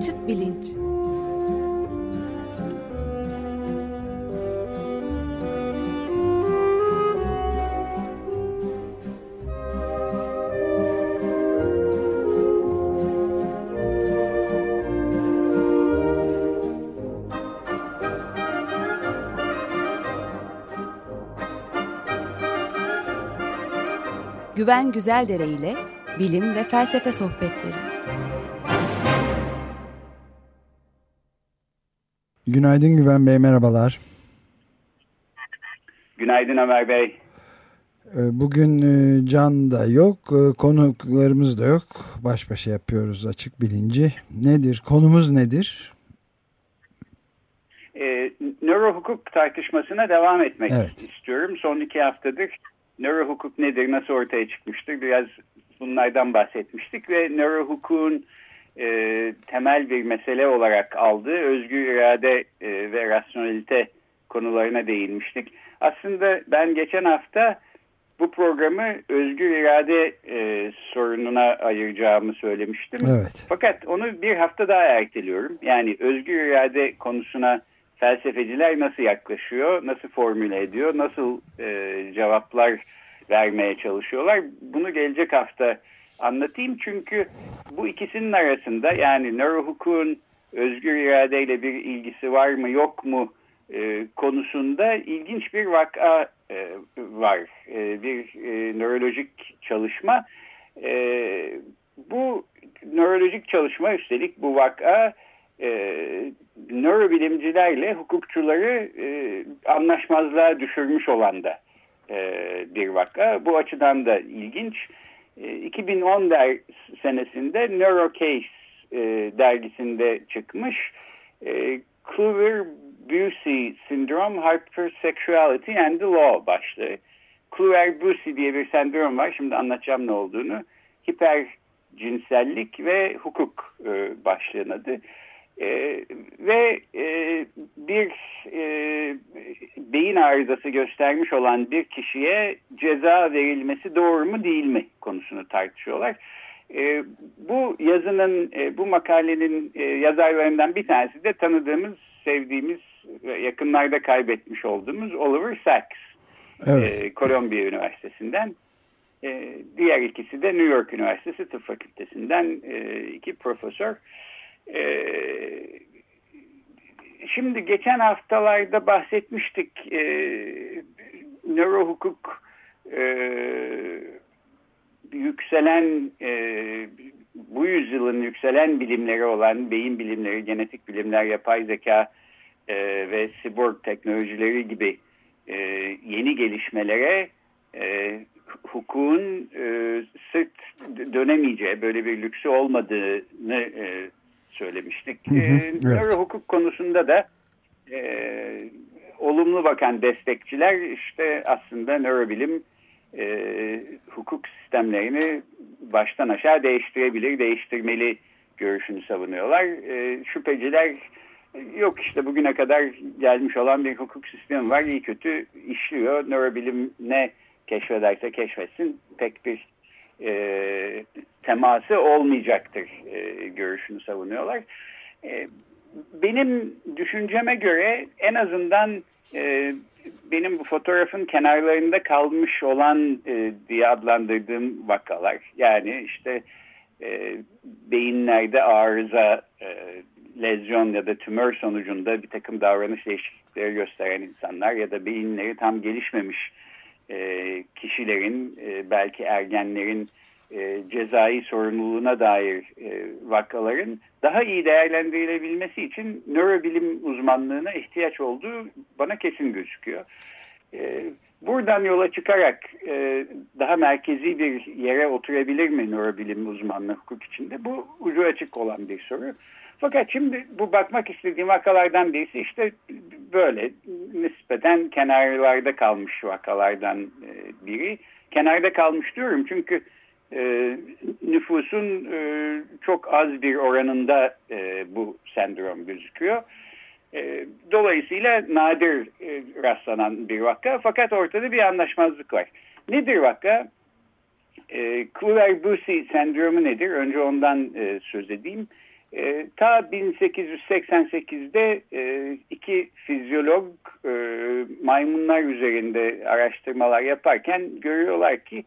Açık Bilinç. Güven Güzeldere ile bilim ve felsefe sohbetleri. Günaydın Güven Bey, merhabalar. Günaydın Ömer Bey. Bugün Can da yok, konuklarımız da yok. Baş başa yapıyoruz Açık Bilinci. Nedir, konumuz nedir? Nörohukuk tartışmasına devam etmek istiyorum. Son 2 haftadır nörohukuk nedir, nasıl ortaya çıkmıştır biraz bunlardan bahsetmiştik ve nörohukukun temel bir mesele olarak aldığı özgür irade ve rasyonelite konularına değinmiştik. Aslında ben geçen hafta bu programı özgür irade sorununa ayıracağımı söylemiştim. Evet. Fakat onu bir hafta daha erteliyorum. Yani özgür irade konusuna felsefeciler nasıl yaklaşıyor, nasıl formüle ediyor, nasıl cevaplar vermeye çalışıyorlar. Bunu gelecek hafta anlatayım. Çünkü bu ikisinin arasında yani nörohukukun özgür iradeyle bir ilgisi var mı yok mu konusunda ilginç bir vaka var. Bir nörolojik çalışma. Bu nörolojik çalışma üstelik bu vaka nörobilimcilerle hukukçuları anlaşmazlığa düşürmüş olan da bir vaka. Bu açıdan da ilginç. 2010 senesinde NeuroCase dergisinde çıkmış Kluver-Bucy Syndrome, Hypersexuality and the Law başlığı. Kluver-Bucy diye bir sendrom var. Şimdi anlatacağım ne olduğunu. Hipercinsellik ve hukuk başlığın adı. Ve bir beyin arızası göstermiş olan bir kişiye ceza verilmesi doğru mu değil mi konusunu tartışıyorlar. Bu yazının, bu makalenin yazarlarından bir tanesi de tanıdığımız, sevdiğimiz ve yakınlarda kaybetmiş olduğumuz Oliver Sacks. Evet. Columbia Üniversitesi'nden. Diğer ikisi de New York Üniversitesi Tıp Fakültesinden 2 profesör. Şimdi geçen haftalarda bahsetmiştik nörohukuk yükselen bu yüzyılın yükselen bilimleri olan beyin bilimleri, genetik bilimler, yapay zeka ve cyborg teknolojileri gibi yeni gelişmelere hukukun sırt dönemeyeceği, böyle bir lüksü olmadığını söylemiştik. Evet. Nörohukuk konusunda da olumlu bakan destekçiler işte aslında nörobilim hukuk sistemlerini baştan aşağı değiştirebilir, değiştirmeli görüşünü savunuyorlar. Şüpheciler yok işte bugüne kadar gelmiş olan bir hukuk sistemi var, iyi kötü işliyor. Nörobilim ne keşfederse keşfetsin pek bir teması olmayacaktır görüşünü savunuyorlar. Benim düşünceme göre en azından benim bu fotoğrafın kenarlarında kalmış olan diye adlandırdığım vakalar, yani işte beyinlerde arıza, lezyon ya da tümör sonucunda bir takım davranış değişiklikleri gösteren insanlar ya da beyinleri tam gelişmemiş kişilerin, belki ergenlerin cezai sorumluluğuna dair vakaların daha iyi değerlendirilebilmesi için nörobilim uzmanlığına ihtiyaç olduğu bana kesin gözüküyor. Buradan yola çıkarak daha merkezi bir yere oturabilir mi nörobilim uzmanlığı hukuk içinde? Bu ucu açık olan bir soru. Fakat şimdi bu bakmak istediğim vakalardan birisi işte böyle nispeten kenarlarda kalmış vakalardan biri. Kenarda kalmış diyorum çünkü nüfusun çok az bir oranında bu sendrom gözüküyor. Dolayısıyla nadir rastlanan bir vaka, fakat ortada bir anlaşmazlık var. Nedir vaka? Kluver-Bucy sendromu nedir? Önce ondan söz edeyim. Ta 1888'de iki fizyolog maymunlar üzerinde araştırmalar yaparken görüyorlar ki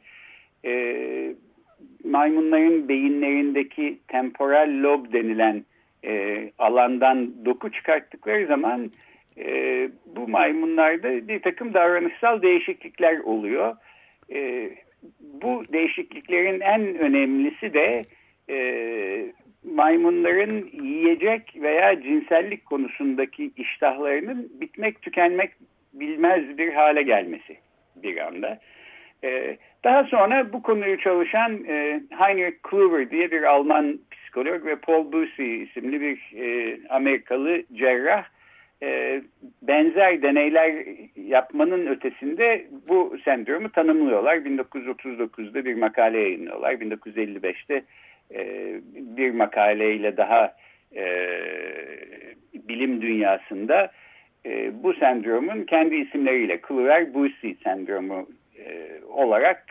maymunların beyinlerindeki temporal lob denilen alandan doku çıkarttıkları zaman bu maymunlarda bir takım davranışsal değişiklikler oluyor. Bu değişikliklerin en önemlisi de maymunların yiyecek veya cinsellik konusundaki iştahlarının bitmek tükenmek bilmez bir hale gelmesi bir anda. Daha sonra bu konuyu çalışan Heinrich Kluwer diye bir Alman psikolog ve Paul Bucy isimli bir Amerikalı cerrah benzer deneyler yapmanın ötesinde bu sendromu tanımlıyorlar. 1939'da bir makale yayınlıyorlar. 1955'te bir makaleyle daha bilim dünyasında bu sendromun kendi isimleriyle Kluwer-Bucy sendromu olarak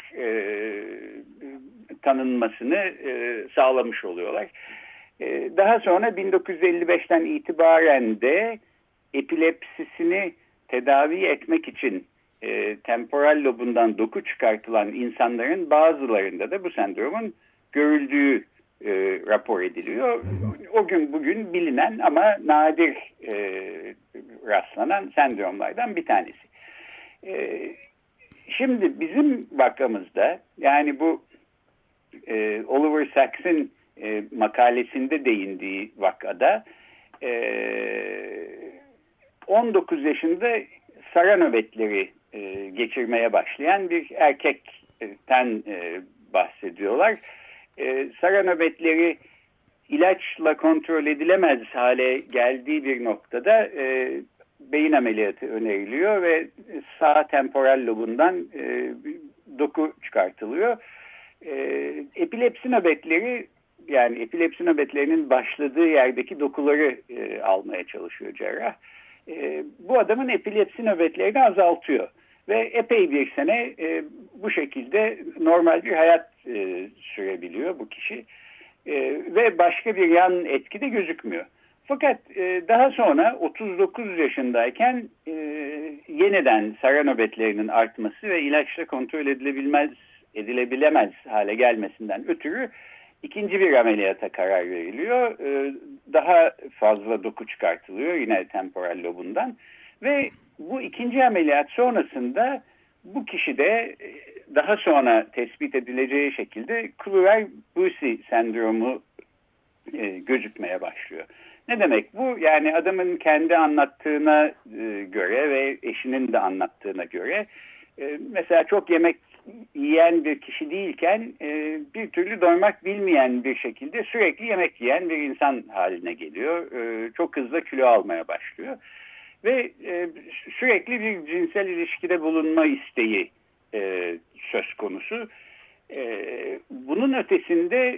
tanınmasını sağlamış oluyorlar. Daha sonra 1955'ten itibaren de epilepsisini tedavi etmek için temporal lobundan doku çıkartılan insanların bazılarında da bu sendromun görüldüğü rapor ediliyor. O gün bugün bilinen ama nadir rastlanan sendromlardan bir tanesi. Şimdi bizim vakamızda, yani bu Oliver Sacks'in makalesinde değindiği vakada 19 yaşında sara nöbetleri geçirmeye başlayan bir erkekten bahsediyorlar. Sara nöbetleri ilaçla kontrol edilemez hale geldiği bir noktada beyin ameliyatı öneriliyor ve sağ temporal lobundan doku çıkartılıyor. Epilepsi nöbetleri, yani epilepsi nöbetlerinin başladığı yerdeki dokuları almaya çalışıyor cerrah. Bu adamın epilepsi nöbetlerini azaltıyor ve epey bir sene bu şekilde normal bir hayat sürebiliyor bu kişi ve başka bir yan etki de gözükmüyor. Fakat daha sonra 39 yaşındayken yeniden sara nöbetlerinin artması ve ilaçla kontrol edilebilemez hale gelmesinden ötürü ikinci bir ameliyata karar veriliyor. Daha fazla doku çıkartılıyor yine temporal lobundan ve bu ikinci ameliyat sonrasında bu kişide daha sonra tespit edileceği şekilde Kluwer-Bucy sendromu gözükmeye başlıyor. Ne demek bu? Yani adamın kendi anlattığına göre ve eşinin de anlattığına göre mesela çok yemek yiyen bir kişi değilken bir türlü doymak bilmeyen bir şekilde sürekli yemek yiyen bir insan haline geliyor. Çok hızlı kilo almaya başlıyor. Ve sürekli bir cinsel ilişkide bulunma isteği söz konusu. Bunun ötesinde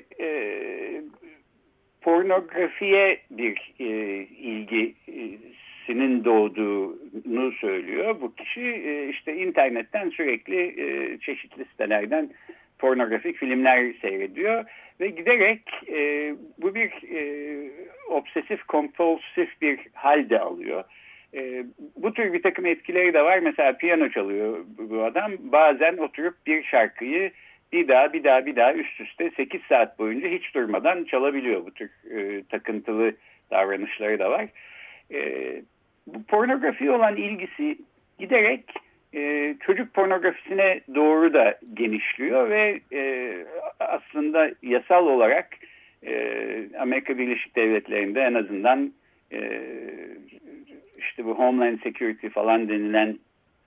pornografiye bir ilgisinin doğduğunu söylüyor. Bu kişi işte internetten sürekli çeşitli sitelerden pornografik filmler seyrediyor ve giderek bu bir obsesif kompulsif bir halde alıyor. Bu tür bir takım etkileri de var. Mesela piyano çalıyor bu adam. Bazen oturup bir şarkıyı bir daha üst üste 8 saat boyunca hiç durmadan çalabiliyor. Bu tür takıntılı davranışları da var. Bu pornografi olan ilgisi giderek çocuk pornografisine doğru da genişliyor ve aslında yasal olarak Amerika Birleşik Devletleri'nde en azından işte bu Homeland Security falan denilen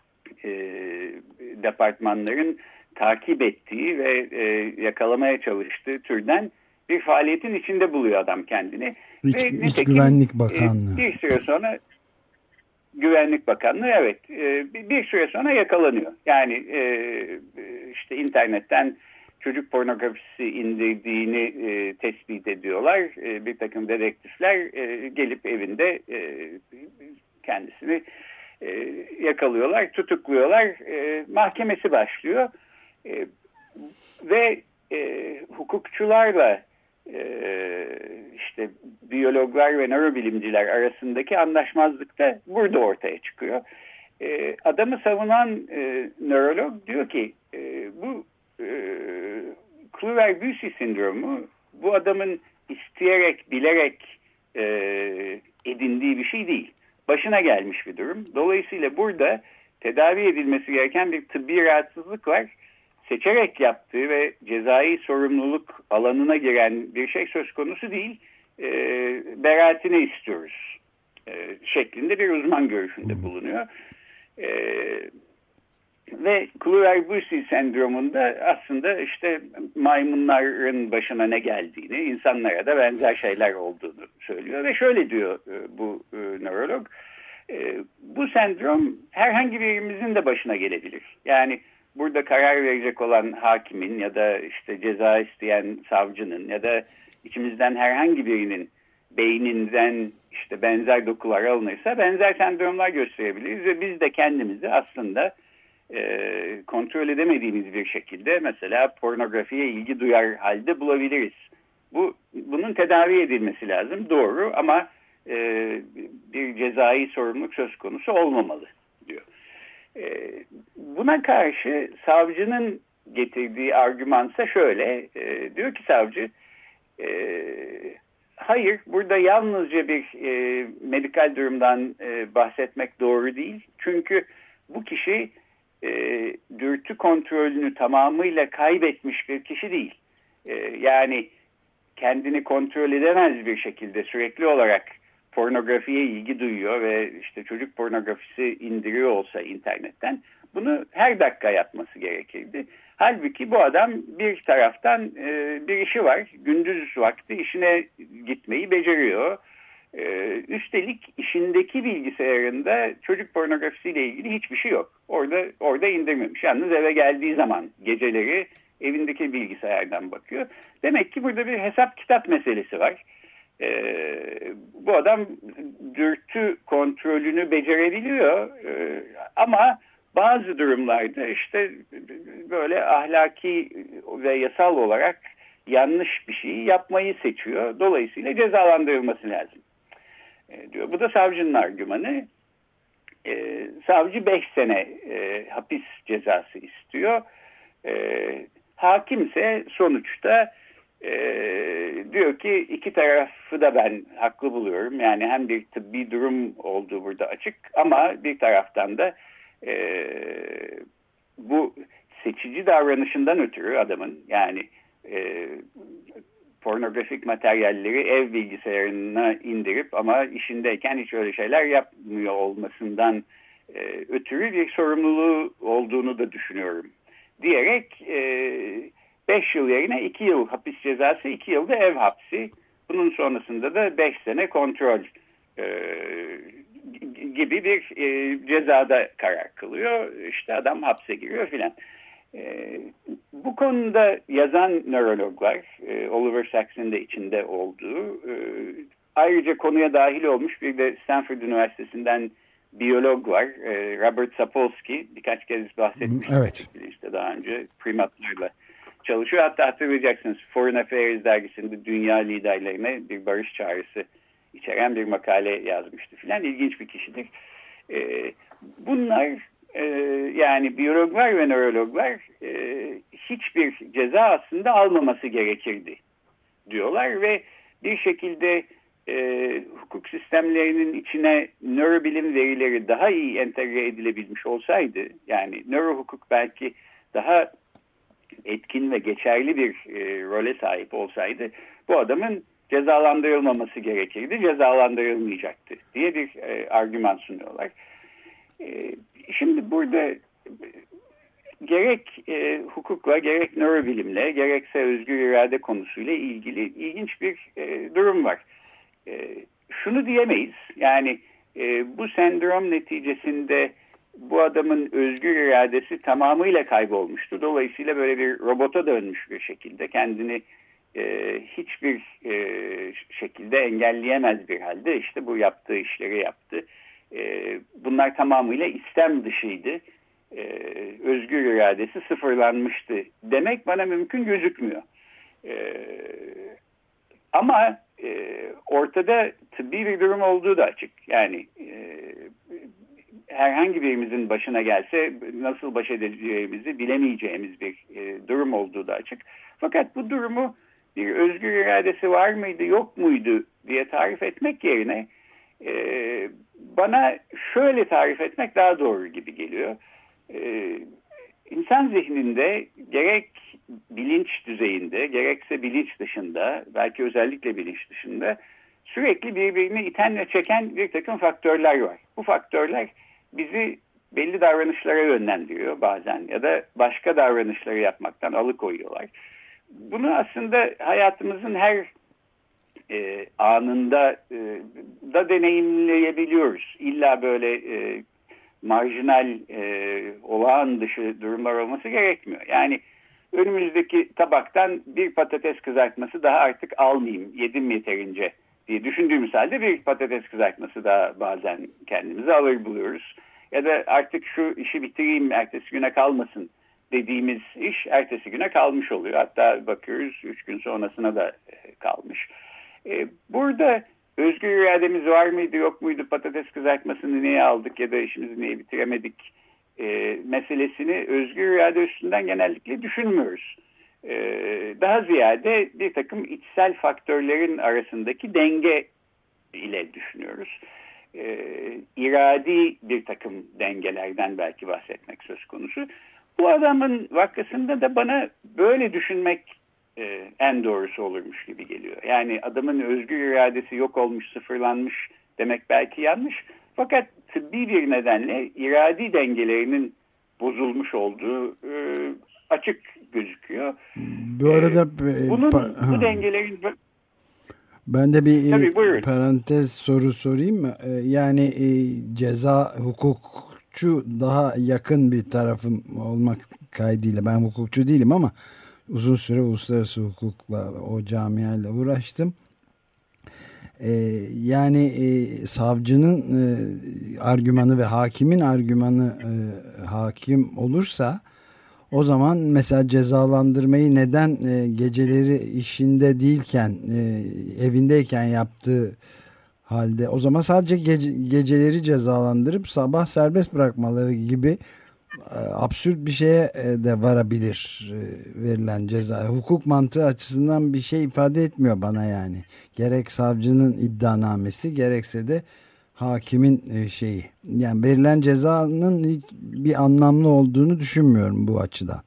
departmanların takip ettiği ve yakalamaya çalıştığı türden bir faaliyetin içinde buluyor adam kendini. İç Güvenlik Bakanlığı. Bir süre sonra Güvenlik Bakanlığı evet bir süre sonra yakalanıyor. Yani işte internetten çocuk pornografisi indirdiğini tespit ediyorlar. Bir takım dedektifler gelip evinde kendisini yakalıyorlar, tutukluyorlar. Mahkemesi başlıyor ve hukukçularla işte biyologlar ve nörobilimciler arasındaki anlaşmazlık da burada ortaya çıkıyor. Adamı savunan nörolog diyor ki bu Kluver-Bucy sindromu bu adamın isteyerek, bilerek edindiği bir şey değil. Başına gelmiş bir durum. Dolayısıyla burada tedavi edilmesi gereken bir tıbbi rahatsızlık var. Seçerek yaptığı ve cezai sorumluluk alanına giren bir şey söz konusu değil. Beraatini istiyoruz şeklinde bir uzman görüşünde bulunuyor. Ve Kluver-Bucy sendromunda aslında işte maymunların başına ne geldiğini, insanlara da benzer şeyler olduğunu söylüyor. Ve şöyle diyor bu nörolog, bu sendrom herhangi birimizin de başına gelebilir. Yani burada karar verecek olan hakimin ya da işte ceza isteyen savcının ya da içimizden herhangi birinin beyninden işte benzer dokular alınırsa benzer sendromlar gösterebiliriz ve biz de kendimizi aslında kontrol edemediğimiz bir şekilde mesela pornografiye ilgi duyar halde bulabiliriz. Bunun tedavi edilmesi lazım, doğru, ama bir cezai sorumluluk söz konusu olmamalı diyor. Buna karşı savcının getirdiği argümansa şöyle, diyor ki savcı, hayır, burada yalnızca bir medikal durumdan bahsetmek doğru değil. Çünkü bu kişi dürtü kontrolünü tamamıyla kaybetmiş bir kişi değil. Yani kendini kontrol edemez bir şekilde sürekli olarak pornografiye ilgi duyuyor ve işte çocuk pornografisi indiriyor olsa internetten bunu her dakika yapması gerekirdi. Halbuki bu adam bir taraftan bir işi var. Gündüz vakti işine gitmeyi beceriyor. Üstelik işindeki bilgisayarında çocuk pornografisiyle ilgili hiçbir şey yok. Orada indirmemiş. Yalnız eve geldiği zaman geceleri evindeki bilgisayardan bakıyor. Demek ki burada bir hesap kitap meselesi var. Bu adam dürtü kontrolünü becerebiliyor ama bazı durumlarda işte böyle ahlaki ve yasal olarak yanlış bir şeyi yapmayı seçiyor. Dolayısıyla cezalandırılması lazım diyor. Bu da savcının argümanı. Savcı 5 sene hapis cezası istiyor. Hakimse sonuçta diyor ki iki tarafı da ben haklı buluyorum. Yani hem bir tıbbi durum olduğu burada açık ama bir taraftan da bu seçici davranışından ötürü adamın yani pornografik materyalleri ev bilgisayarına indirip ama işindeyken hiç öyle şeyler yapmıyor olmasından ötürü bir sorumluluğu olduğunu da düşünüyorum diyerek 5 yıl yerine 2 yıl hapis cezası, 2 yıl da ev hapsi. Bunun sonrasında da 5 sene kontrol gibi bir cezada karar kılıyor. İşte adam hapse giriyor filan. Bu konuda yazan nörologlar, Oliver Sacks'in de içinde olduğu, ayrıca konuya dahil olmuş bir de Stanford Üniversitesi'nden biyolog var, Robert Sapolsky, birkaç kez bahsetmiştim. Evet. İşte daha önce primatlarla çalışıyor. Hatta hatırlayacaksınız Foreign Affairs dergisinde dünya liderlerine bir barış çağrısı içeren bir makale yazmıştı filan. İlginç bir kişidir. Bunlar yani biyologlar ve nörologlar hiçbir ceza aslında almaması gerekirdi diyorlar ve bir şekilde hukuk sistemlerinin içine nörobilim verileri daha iyi entegre edilebilmiş olsaydı, yani nörohukuk belki daha etkin ve geçerli bir role sahip olsaydı bu adamın cezalandırılmaması gerekirdi, cezalandırılmayacaktı diye bir argüman sunuyorlar. Şimdi burada gerek hukukla, gerek nörobilimle, gerekse özgür irade konusuyla ilgili ilginç bir durum var. Şunu diyemeyiz, yani bu sendrom neticesinde bu adamın özgür iradesi tamamıyla kaybolmuştu. Dolayısıyla böyle bir robota dönmüş bir şekilde kendini hiçbir şekilde engelleyemez bir halde işte bu yaptığı işleri yaptı. Bunlar tamamıyla istem dışıydı. Özgür iradesi sıfırlanmıştı demek bana mümkün gözükmüyor. Ama ortada tıbbi bir durum olduğu da açık. Yani herhangi birimizin başına gelse nasıl baş edeceğimizi bilemeyeceğimiz bir durum olduğu da açık. Fakat bu durumu bir özgür iradesi var mıydı yok muydu diye tarif etmek yerine bana şöyle tarif etmek daha doğru gibi geliyor. İnsan zihninde gerek bilinç düzeyinde gerekse bilinç dışında, belki özellikle bilinç dışında sürekli birbirini iten ve çeken bir takım faktörler var. Bu faktörler bizi belli davranışlara yönlendiriyor bazen ya da başka davranışları yapmaktan alıkoyuyorlar. Bunu aslında hayatımızın her anında da deneyimleyebiliyoruz. İlla böyle marjinal, olağan dışı durumlar olması gerekmiyor. Yani önümüzdeki tabaktan bir patates kızartması daha artık almayayım, yedim yeterince diye düşündüğümüz halde bir patates kızartması daha bazen kendimizi alır buluyoruz. Ya da artık şu işi bitireyim, ertesi güne kalmasın dediğimiz iş ertesi güne kalmış oluyor. Hatta bakıyoruz 3 gün sonrasına da kalmış. Burada özgür irademiz var mıydı yok muydu, patates kızartmasını niye aldık ya da işimizi niye bitiremedik meselesini özgür irade üstünden genellikle düşünmüyoruz. Daha ziyade bir takım içsel faktörlerin arasındaki denge ile düşünüyoruz. İradi bir takım dengelerden belki bahsetmek söz konusu. Bu adamın vakasında da bana böyle düşünmek en doğrusu olurmuş gibi geliyor. Yani adamın özgür iradesi yok olmuş, sıfırlanmış demek belki yanlış. Fakat tıbbi bir nedenle iradi dengelerinin bozulmuş olduğu açık gözüküyor. Bu arada bu dengelerin... Ben de bir parantez soru sorayım mı? Yani ceza hukukçu daha yakın bir tarafım olmak kaydıyla, ben hukukçu değilim ama uzun süre uluslararası hukukla, o camiayla uğraştım. Yani savcının argümanı ve hakimin argümanı hakim olursa o zaman mesela cezalandırmayı neden geceleri işinde değilken evindeyken yaptığı halde, o zaman sadece geceleri cezalandırıp sabah serbest bırakmaları gibi absürt bir şeye de varabilir verilen ceza. Hukuk mantığı açısından bir şey ifade etmiyor bana yani. Gerek savcının iddianamesi gerekse de hakimin şeyi. Yani verilen cezanın hiç bir anlamlı olduğunu düşünmüyorum bu açıdan.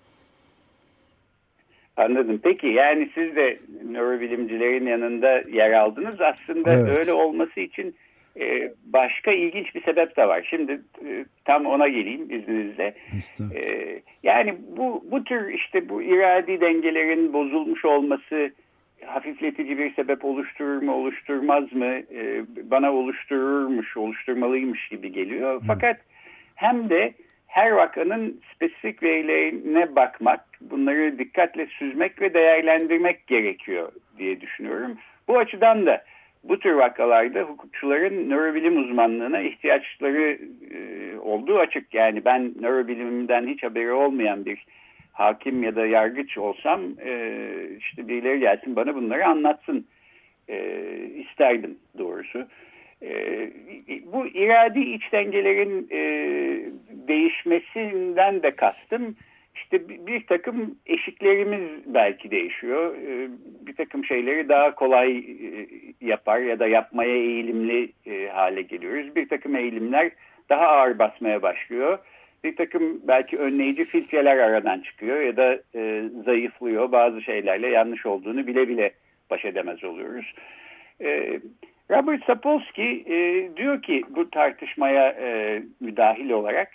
Anladım. Peki yani siz de nörobilimcilerin yanında yer aldınız. Aslında evet, öyle olması için başka ilginç bir sebep de var. Şimdi tam ona geleyim izninizle. Yani bu tür işte bu iradi dengelerin bozulmuş olması hafifletici bir sebep oluşturur mu, oluşturmaz mı? Bana oluştururmuş, oluşturmalıymış gibi geliyor. Fakat hem de her vakanın spesifik verilerine bakmak, bunları dikkatle süzmek ve değerlendirmek gerekiyor diye düşünüyorum. Bu açıdan da bu tür vakalarda hukukçuların nörobilim uzmanlığına ihtiyaçları olduğu açık. Yani ben nörobilimden hiç haberi olmayan bir hakim ya da yargıç olsam işte birileri gelsin bana bunları anlatsın isterdim doğrusu. Bu iradi iç dengelerin değişmesinden de kastım işte bir takım eşiklerimiz belki değişiyor. Bir takım şeyleri daha kolay yapar ya da yapmaya eğilimli hale geliyoruz. Bir takım eğilimler daha ağır basmaya başlıyor. Bir takım belki önleyici filtreler aradan çıkıyor ya da zayıflıyor. Bazı şeylerle yanlış olduğunu bile bile baş edemez oluyoruz. Robert Sapolsky diyor ki bu tartışmaya müdahil olarak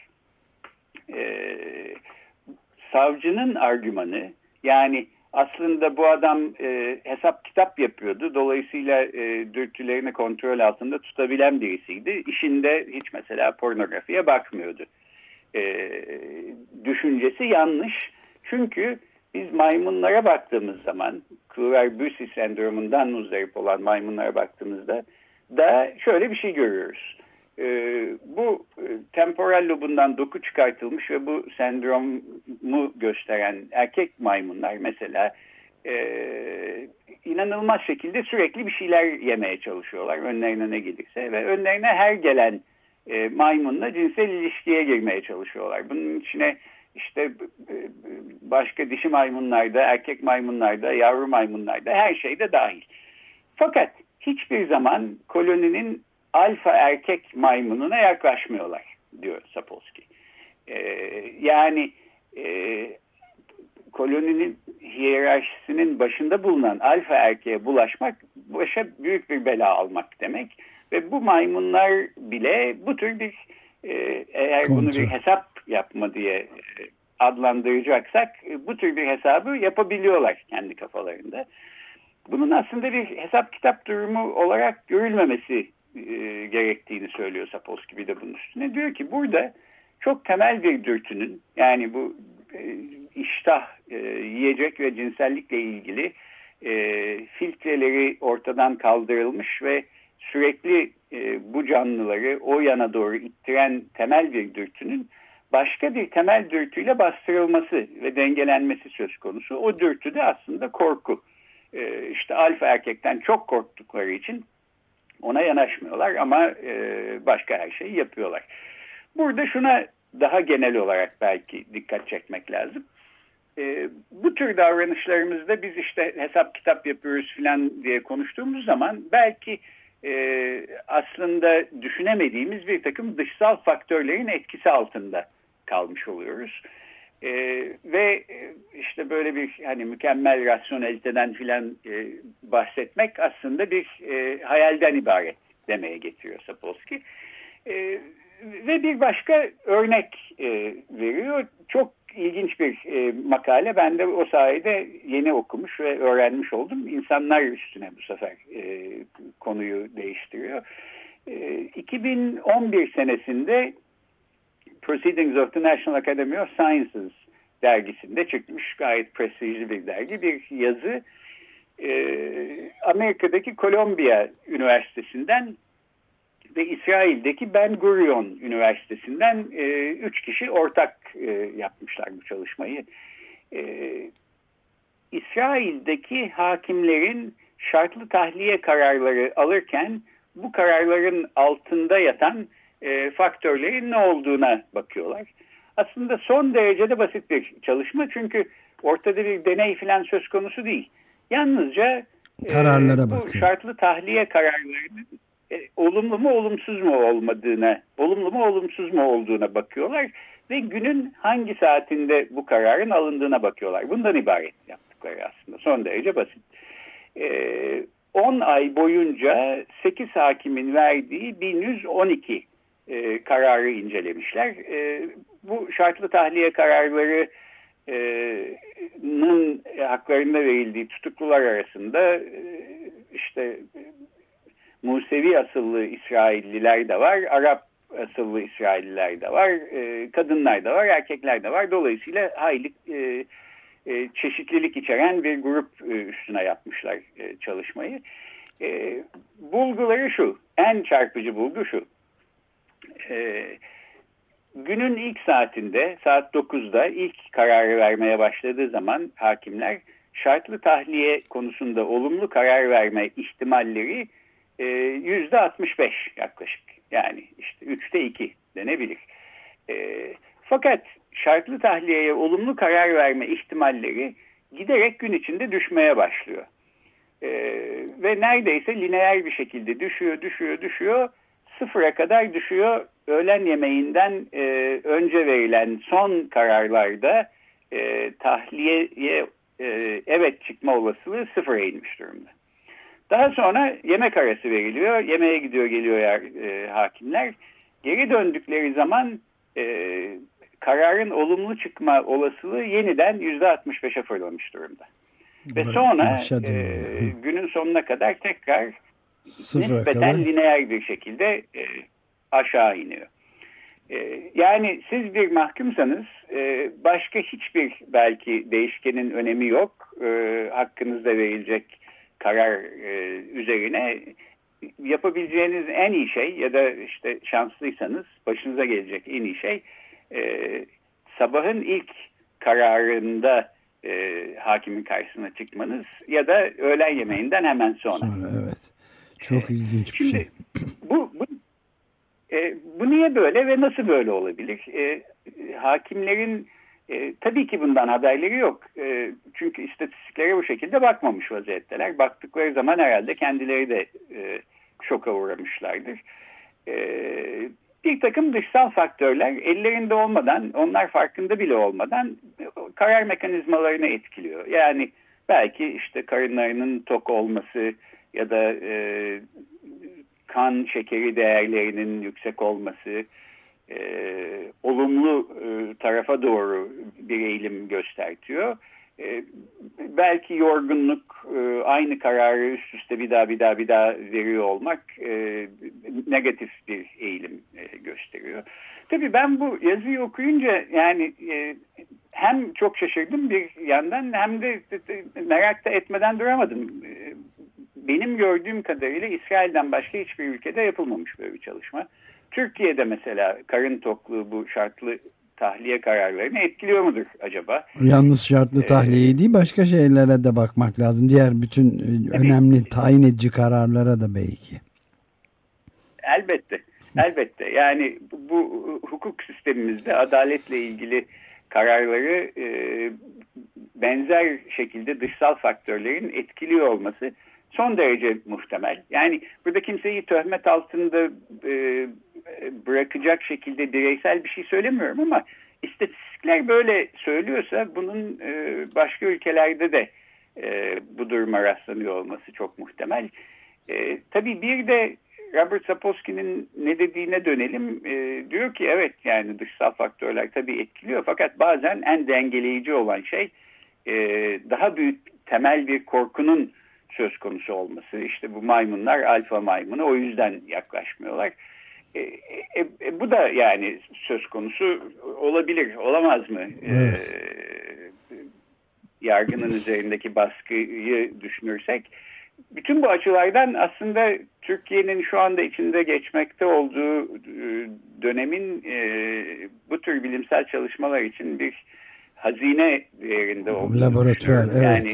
savcının argümanı, yani aslında bu adam hesap kitap yapıyordu. Dolayısıyla dürtülerini kontrol altında tutabilen birisiydi. İşinde hiç mesela pornografiye bakmıyordu. Düşüncesi yanlış. Çünkü biz maymunlara baktığımız zaman, Kluver-Bucy sendromundan muzdarip olan maymunlara baktığımızda da şöyle bir şey görüyoruz. Bu temporal lobundan doku çıkartılmış ve bu sendromu gösteren erkek maymunlar mesela inanılmaz şekilde sürekli bir şeyler yemeye çalışıyorlar. Önlerine ne gelirse ve önlerine her gelen maymunla cinsel ilişkiye girmeye çalışıyorlar. Bunun içine işte başka dişi maymunlarda, erkek maymunlarda, yavru maymunlarda her şeyde dahil. Fakat hiçbir zaman koloninin alfa erkek maymununa yaklaşmıyorlar diyor Sapolsky. Yani koloninin hiyerarşisinin başında bulunan alfa erkeğe bulaşmak başa büyük bir bela almak demek. Ve bu maymunlar bile bu tür bir eğer bunu bir hesap yapma diye adlandıracaksak bu tür bir hesabı yapabiliyorlar kendi kafalarında. Bunun aslında bir hesap kitap durumu olarak görülmemesi gerektiğini söylüyor Sapolsky bir de bunun üstüne. Diyor ki burada çok temel bir dürtünün, yani bu iştah, yiyecek ve cinsellikle ilgili filtreleri ortadan kaldırılmış ve sürekli bu canlıları o yana doğru ittiren temel bir dürtünün başka bir temel dürtüyle bastırılması ve dengelenmesi söz konusu. O dürtü de aslında korku. İşte alfa erkekten çok korktukları için ona yanaşmıyorlar ama başka her şeyi yapıyorlar. Burada şuna daha genel olarak belki dikkat çekmek lazım. Bu tür davranışlarımızda biz işte hesap kitap yapıyoruz falan diye konuştuğumuz zaman belki aslında düşünemediğimiz bir takım dışsal faktörlerin etkisi altında kalmış oluyoruz. Ve işte böyle bir hani mükemmel rasyoneliteden filan bahsetmek aslında bir hayalden ibaret demeye getiriyor Sapolsky. Ve bir başka örnek veriyor. Çok ilginç bir makale. Ben de o sayede yeni okumuş ve öğrenmiş oldum. İnsanlar üstüne bu sefer konuyu değiştiriyor. 2011 senesinde Proceedings of the National Academy of Sciences dergisinde çıkmış, gayet prestijli bir dergi, bir yazı. Amerika'daki Columbia Üniversitesi'nden ve İsrail'deki Ben Gurion Üniversitesi'nden 3 kişi ortak yapmışlar bu çalışmayı. İsrail'deki hakimlerin şartlı tahliye kararları alırken bu kararların altında yatan faktörlerin ne olduğuna bakıyorlar. Aslında son derecede basit bir çalışma, çünkü ortada bir deney falan söz konusu değil. Yalnızca kararlara bu şartlı tahliye kararlarının olumlu mu olumsuz mu olmadığına, olumlu mu olumsuz mu olduğuna bakıyorlar ve günün hangi saatinde bu kararın alındığına bakıyorlar. Bundan ibaret yaptıkları aslında son derece basit. 10 ay boyunca 8 hakimin verdiği 1112 kararı incelemişler. Bu şartlı tahliye kararlarının haklarında verildiği tutuklular arasında işte Musevi asıllı İsrailliler de var, Arap asıllı İsrailliler de var, kadınlar da var, erkekler de var. Dolayısıyla hayli çeşitlilik içeren bir grup üstüne yapmışlar çalışmayı. Bulguları şu, en çarpıcı bulgu şu. Günün ilk saatinde, saat 9'da ilk kararı vermeye başladığı zaman hakimler şartlı tahliye konusunda olumlu karar verme ihtimalleri %65 yaklaşık. Yani işte 3'te 2 denebilir. Fakat şartlı tahliyeye olumlu karar verme ihtimalleri giderek gün içinde düşmeye başlıyor. Ve neredeyse lineer bir şekilde düşüyor. Sıfıra kadar düşüyor. Öğlen yemeğinden önce verilen son kararlarda tahliyeye evet çıkma olasılığı sıfıra inmiş durumda. Daha sonra yemek arası veriliyor. Yemeğe gidiyor geliyor hakimler. Geri döndükleri zaman kararın olumlu çıkma olasılığı yeniden %65'e fırlamış durumda. Ve sonra günün sonuna kadar tekrar nispeten lineer bir şekilde aşağı iniyor. Yani siz bir mahkumsanız başka hiçbir belki değişkenin önemi yok. Hakkınızda verilecek karar üzerine yapabileceğiniz en iyi şey, ya da işte şanslıysanız başınıza gelecek en iyi şey sabahın ilk kararında hakimin karşısına çıkmanız ya da öğlen yemeğinden hemen sonra. Evet. Çok ilginç bir şey. Bu niye böyle ve nasıl böyle olabilir? Hakimlerin tabii ki bundan haberleri yok. Çünkü istatistiklere bu şekilde bakmamış vaziyetteler. Baktıkları zaman herhalde kendileri de şoka uğramışlardır. Bir takım dışsal faktörler ellerinde olmadan, onlar farkında bile olmadan karar mekanizmalarını etkiliyor. Yani belki işte karınlarının tok olması ya da kan şekeri değerlerinin yüksek olması, olumlu tarafa doğru bir eğilim göstertiyor. Belki yorgunluk, aynı kararı üst üste bir daha veriyor olmak negatif bir eğilim gösteriyor. Tabii ben bu yazıyı okuyunca yani hem çok şaşırdım bir yandan hem de merak da etmeden duramadım. Benim gördüğüm kadarıyla İsrail'den başka hiçbir ülkede yapılmamış böyle bir çalışma. Türkiye'de mesela karın tokluğu bu şartlı tahliye kararlarını etkiliyor mudur acaba? Yalnız şartlı tahliye değil, başka şeylere de bakmak lazım. Diğer bütün önemli tayin edici kararlara da belki. Elbette. Yani bu hukuk sistemimizde adaletle ilgili kararları benzer şekilde dışsal faktörlerin etkiliyor olması son derece muhtemel. Yani burada kimseyi töhmet altında bırakacak şekilde bireysel bir şey söylemiyorum ama istatistikler böyle söylüyorsa bunun başka ülkelerde de bu duruma rastlanıyor olması çok muhtemel. Tabii bir de Robert Sapolsky'nin ne dediğine dönelim. Diyor ki evet yani dışsal faktörler tabii etkiliyor fakat bazen en dengeleyici olan şey daha büyük temel bir korkunun söz konusu olması. İşte bu maymunlar alfa maymunu o yüzden yaklaşmıyorlar. Bu da yani söz konusu olabilir, olamaz mı? Evet. Yargının üzerindeki baskıyı düşünürsek. Bütün bu açılardan aslında Türkiye'nin şu anda içinde geçmekte olduğu dönemin bu tür bilimsel çalışmalar için bir hazine değerinde olduğunu laboratuvar, evet. Yani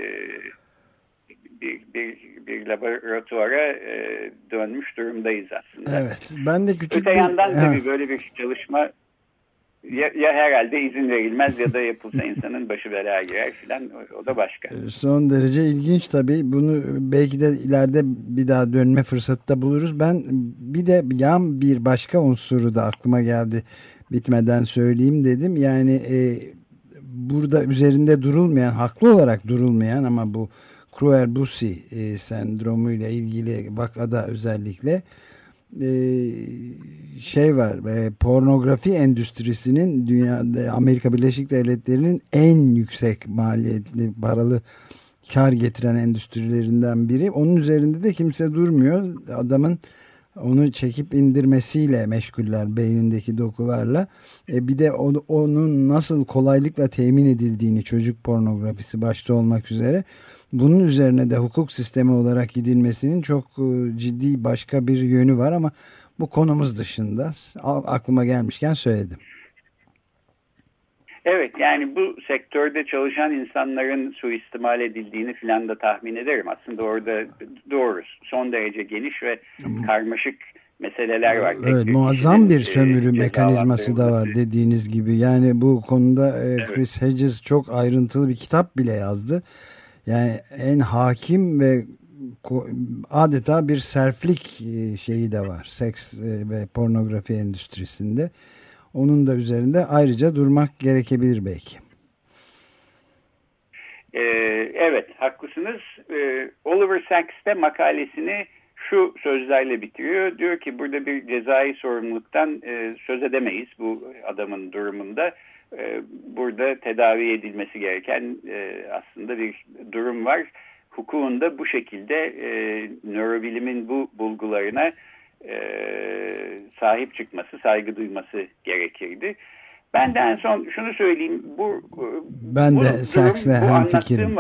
bir laboratuvara dönmüş durumdayız aslında. Evet. Ben de küçük Öte yandan tabii böyle bir çalışma ya herhalde izin verilmez ya da yapılsa insanın başı belaya girer filan, o da başka. Son derece ilginç tabii. Bunu belki de ileride bir daha dönme fırsatı da buluruz. Ben bir de bir başka unsuru da aklıma geldi. Bitmeden söyleyeyim dedim. Yani burada üzerinde durulmayan, haklı olarak durulmayan ama bu Kruger-Bucy sendromuyla ilgili vakada özellikle var. Pornografi endüstrisinin dünyada, Amerika Birleşik Devletleri'nin en yüksek maliyetli, paralı, kar getiren endüstrilerinden biri. Onun üzerinde de kimse durmuyor. Adamın onu çekip indirmesiyle meşguller, beynindeki dokularla. Bir de onun nasıl kolaylıkla temin edildiğini, çocuk pornografisi başta olmak üzere, bunun üzerine de hukuk sistemi olarak gidilmesinin çok ciddi başka bir yönü var ama bu konumuz dışında. Aklıma gelmişken söyledim. Evet, yani bu sektörde çalışan insanların suistimal edildiğini filan da tahmin ederim. Aslında orada doğru, son derece geniş ve karmaşık meseleler var. Evet, muazzam bir sömürü mekanizması da var dediğiniz gibi. Yani bu konuda Chris Hedges çok ayrıntılı bir kitap bile yazdı. Yani en hakim ve adeta bir serflik şeyi de var. Seks ve pornografi endüstrisinde. Onun da üzerinde ayrıca durmak gerekebilir belki. Evet, haklısınız. Oliver Sacks de makalesini şu sözlerle bitiriyor. Diyor ki burada bir cezai sorumluluktan söz edemeyiz bu adamın durumunda. Burada tedavi edilmesi gereken aslında bir durum var. Hukukun da bu şekilde nörobilimin bu bulgularına sahip çıkması, saygı duyması gerekirdi. Ben de en son şunu söyleyeyim. Ben de Sacks'le hemfikirim.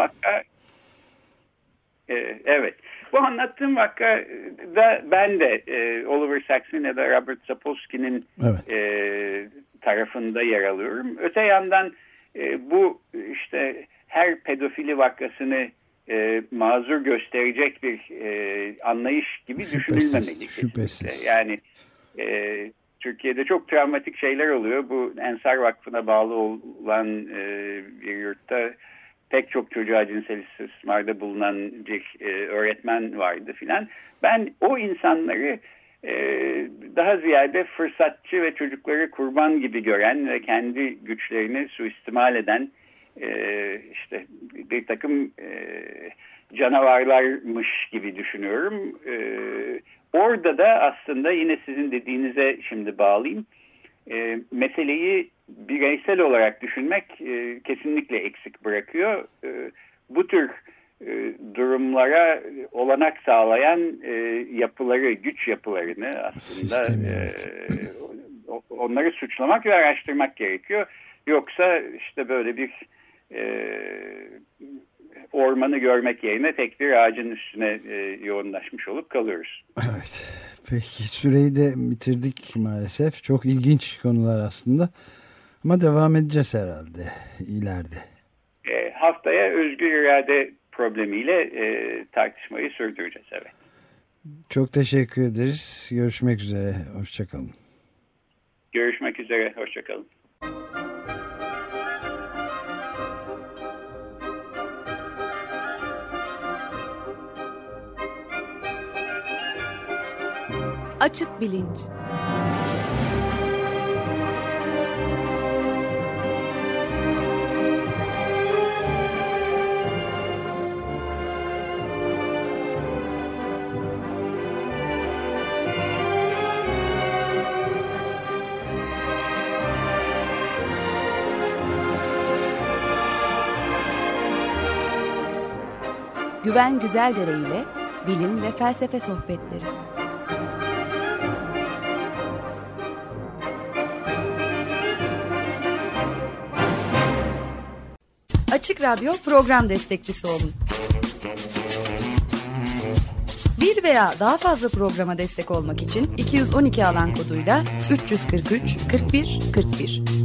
Evet. Bu anlattığım vakada ben de Oliver Sacks'in ya da Robert Sapolsky'nin tarafında yer alıyorum. Öte yandan bu işte her pedofili vakasını mazur gösterecek bir anlayış gibi düşünülmemeli. Şüphesiz. Yani Türkiye'de çok travmatik şeyler oluyor. Bu Ensar Vakfı'na bağlı olan bir yurtta pek çok çocuğa cinsel istismarda bulunan bir öğretmen vardı filan. Ben o insanları daha ziyade fırsatçı ve çocukları kurban gibi gören ve kendi güçlerini suistimal eden işte bir takım canavarlarmış gibi düşünüyorum. Orada da aslında yine sizin dediğinize şimdi bağlayayım. Meseleyi bireysel olarak düşünmek kesinlikle eksik bırakıyor. Bu tür durumlara olanak sağlayan yapıları, güç yapılarını aslında onları suçlamak ve araştırmak gerekiyor. Yoksa işte böyle bir ormanı görmek yerine tek bir ağacın üstüne yoğunlaşmış olup kalıyoruz. Evet. Peki süreyi de bitirdik maalesef. Çok ilginç konular aslında. Ama devam edeceğiz herhalde ileride. Haftaya özgür irade problemiyle tartışmayı sürdüreceğiz. Evet. Çok teşekkür ederiz. Görüşmek üzere. Hoşçakalın. Görüşmek üzere. Hoşçakalın. Açık Bilinç. Güven Güzeldere ile bilim ve felsefe sohbetleri. Açık Radyo program destekçisi olun. Bir veya daha fazla programa destek olmak için 212 alan koduyla 343 41 41